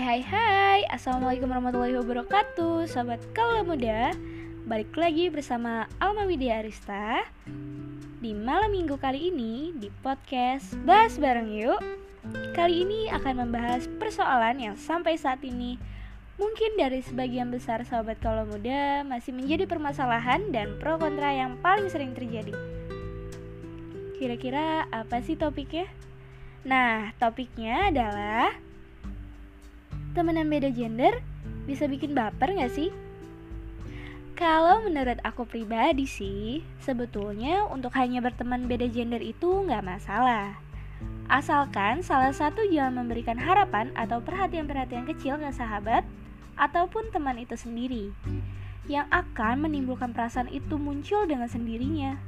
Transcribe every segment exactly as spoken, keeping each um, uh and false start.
Hai hai hai, Assalamualaikum warahmatullahi wabarakatuh. Sobat Kaula Muda, balik lagi bersama Alma Widya Arista di malam minggu kali ini di podcast Bahas Bareng Yuk. Kali ini akan membahas persoalan yang sampai saat ini mungkin dari sebagian besar Sobat Kaula Muda masih menjadi permasalahan dan pro kontra yang paling sering terjadi. Kira-kira apa sih topiknya? Nah, topiknya adalah temenan beda gender bisa bikin baper gak sih? Kalau menurut aku pribadi sih, sebetulnya untuk hanya berteman beda gender itu gak masalah. Asalkan salah satu jangan memberikan harapan atau perhatian-perhatian kecil ke sahabat ataupun teman itu sendiri, yang akan menimbulkan perasaan itu muncul dengan sendirinya.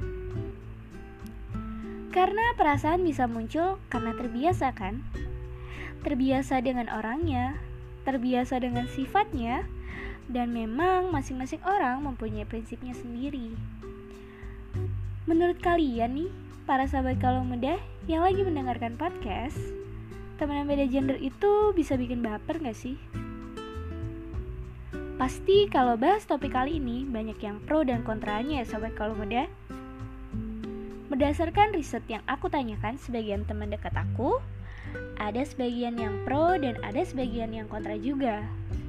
Karena perasaan bisa muncul karena terbiasa kan? Terbiasa dengan orangnya, terbiasa dengan sifatnya, dan memang masing-masing orang mempunyai prinsipnya sendiri. Menurut kalian nih, para sahabat Kaula Muda yang lagi mendengarkan podcast, temenan beda gender itu bisa bikin baper gak sih? Pasti kalau bahas topik kali ini banyak yang pro dan kontranya ya sahabat Kaula Muda. Berdasarkan riset yang aku tanyakan sebagian teman dekat aku, ada sebagian yang pro dan ada sebagian yang kontra juga.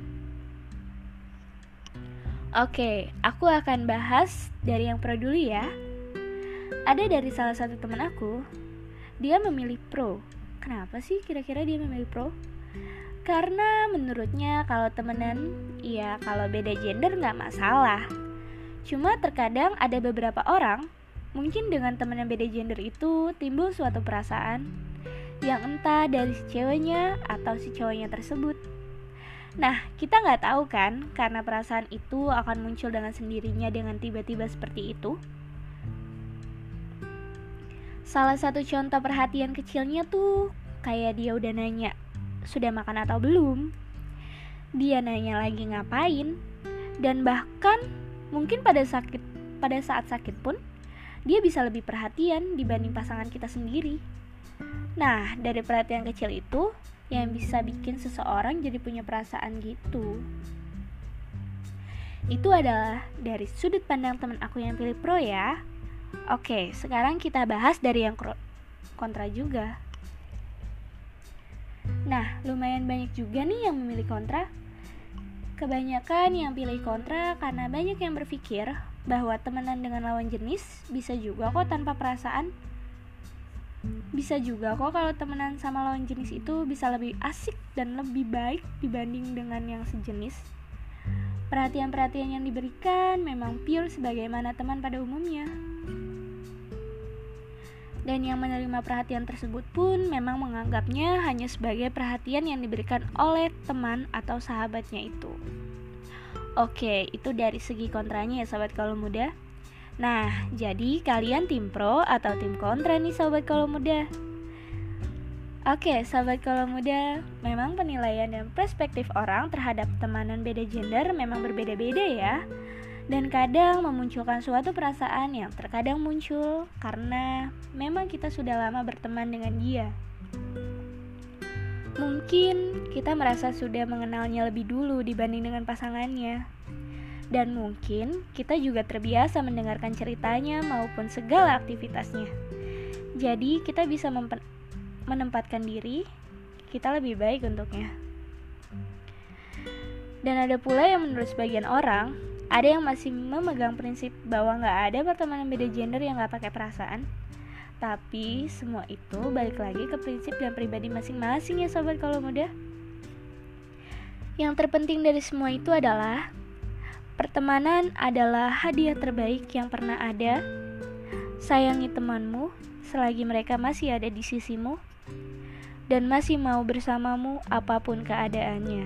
Oke, aku akan bahas dari yang pro dulu ya. Ada dari salah satu teman aku, dia memilih pro. Kenapa sih kira-kira dia memilih pro? Karena menurutnya kalau temenan, ya kalau beda gender gak masalah. Cuma terkadang ada beberapa orang mungkin dengan teman yang beda gender itu timbul suatu perasaan yang entah dari si ceweknya atau si cowoknya tersebut. Nah, kita gak tahu kan karena perasaan itu akan muncul dengan sendirinya dengan tiba-tiba seperti itu. Salah satu contoh perhatian kecilnya tuh kayak dia udah nanya, sudah makan atau belum? Dia nanya lagi ngapain? Dan bahkan mungkin pada sakit pada saat sakit pun dia bisa lebih perhatian dibanding pasangan kita sendiri. Nah, dari perhatian kecil itu yang bisa bikin seseorang jadi punya perasaan gitu. Itu adalah dari sudut pandang teman aku yang pilih pro ya. Oke, sekarang kita bahas dari yang kontra juga. Nah, lumayan banyak juga nih yang memilih kontra. Kebanyakan yang pilih kontra karena banyak yang berpikir bahwa temenan dengan lawan jenis bisa juga kok tanpa perasaan. Bisa juga kok kalau temenan sama lawan jenis itu bisa lebih asik dan lebih baik dibanding dengan yang sejenis. Perhatian-perhatian yang diberikan memang pure sebagaimana teman pada umumnya. Dan yang menerima perhatian tersebut pun memang menganggapnya hanya sebagai perhatian yang diberikan oleh teman atau sahabatnya itu. Oke, itu dari segi kontranya ya sahabat Kaula Muda. Nah, jadi kalian tim pro atau tim kontra nih sahabat Kaula Muda? Oke, sahabat Kaula Muda, memang penilaian dan perspektif orang terhadap temanan beda gender memang berbeda-beda ya. Dan kadang memunculkan suatu perasaan yang terkadang muncul karena memang kita sudah lama berteman dengan dia. Mungkin kita merasa sudah mengenalnya lebih dulu dibanding dengan pasangannya. Dan mungkin kita juga terbiasa mendengarkan ceritanya maupun segala aktivitasnya. Jadi kita bisa mempen- menempatkan diri kita lebih baik untuknya. Dan ada pula yang menurut sebagian orang, ada yang masih memegang prinsip bahwa gak ada pertemanan beda gender yang gak pakai perasaan. Tapi semua itu balik lagi ke prinsip dan pribadi masing-masing ya sahabat Kaula Muda. Yang terpenting dari semua itu adalah pertemanan adalah hadiah terbaik yang pernah ada. Sayangi temanmu selagi mereka masih ada di sisimu dan masih mau bersamamu apapun keadaannya.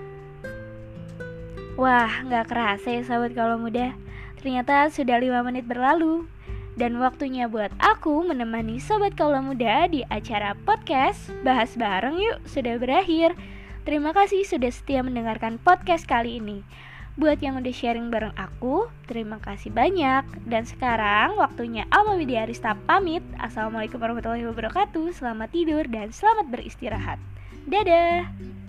Wah, gak kerasa ya sahabat Kaula Muda. Ternyata sudah lima menit berlalu. Dan waktunya buat aku menemani Sobat Kaula Muda di acara podcast Bahas Bareng Yuk sudah berakhir. Terima kasih sudah setia mendengarkan podcast kali ini. Buat yang udah sharing bareng aku, terima kasih banyak. Dan sekarang waktunya Alma Widya Arista pamit. Assalamualaikum warahmatullahi wabarakatuh. Selamat tidur dan selamat beristirahat. Dadah.